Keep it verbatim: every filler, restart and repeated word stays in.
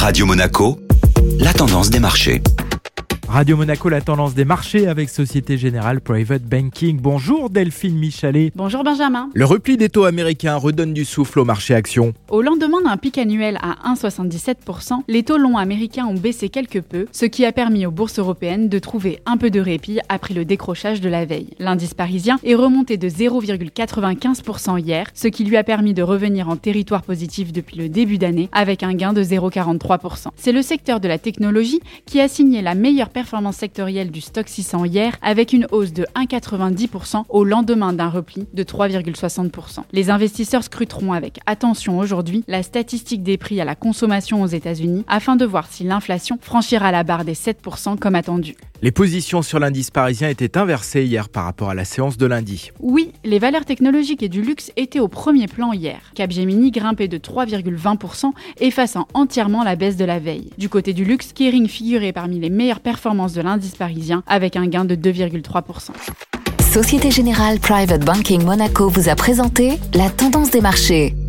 Radio Monaco, la tendance des marchés. Radio Monaco, la tendance des marchés avec Société Générale Private Banking. Bonjour Delphine Michalet. Bonjour Benjamin. Le repli des taux américains redonne du souffle au marché actions. Au lendemain d'un pic annuel à un virgule soixante-dix-sept pour cent, les taux longs américains ont baissé quelque peu, ce qui a permis aux bourses européennes de trouver un peu de répit après le décrochage de la veille. L'indice parisien est remonté de zéro virgule quatre-vingt-quinze pour cent hier, ce qui lui a permis de revenir en territoire positif depuis le début d'année avec un gain de zéro virgule quarante-trois pour cent. C'est le secteur de la technologie qui a signé la meilleure performance sectorielle du stock six cents hier avec une hausse de un virgule quatre-vingt-dix pour cent au lendemain d'un repli de trois virgule soixante pour cent. Les investisseurs scruteront avec attention aujourd'hui la statistique des prix à la consommation aux États-Unis afin de voir si l'inflation franchira la barre des sept pour cent comme attendu. Les positions sur l'indice parisien étaient inversées hier par rapport à la séance de lundi. Oui, les valeurs technologiques et du luxe étaient au premier plan hier. Capgemini grimpait de trois virgule vingt pour cent, effaçant entièrement la baisse de la veille. Du côté du luxe, Kering figurait parmi les meilleures performances de l'indice parisien avec un gain de deux virgule trois pour cent. Société Générale Private Banking Monaco vous a présenté la tendance des marchés.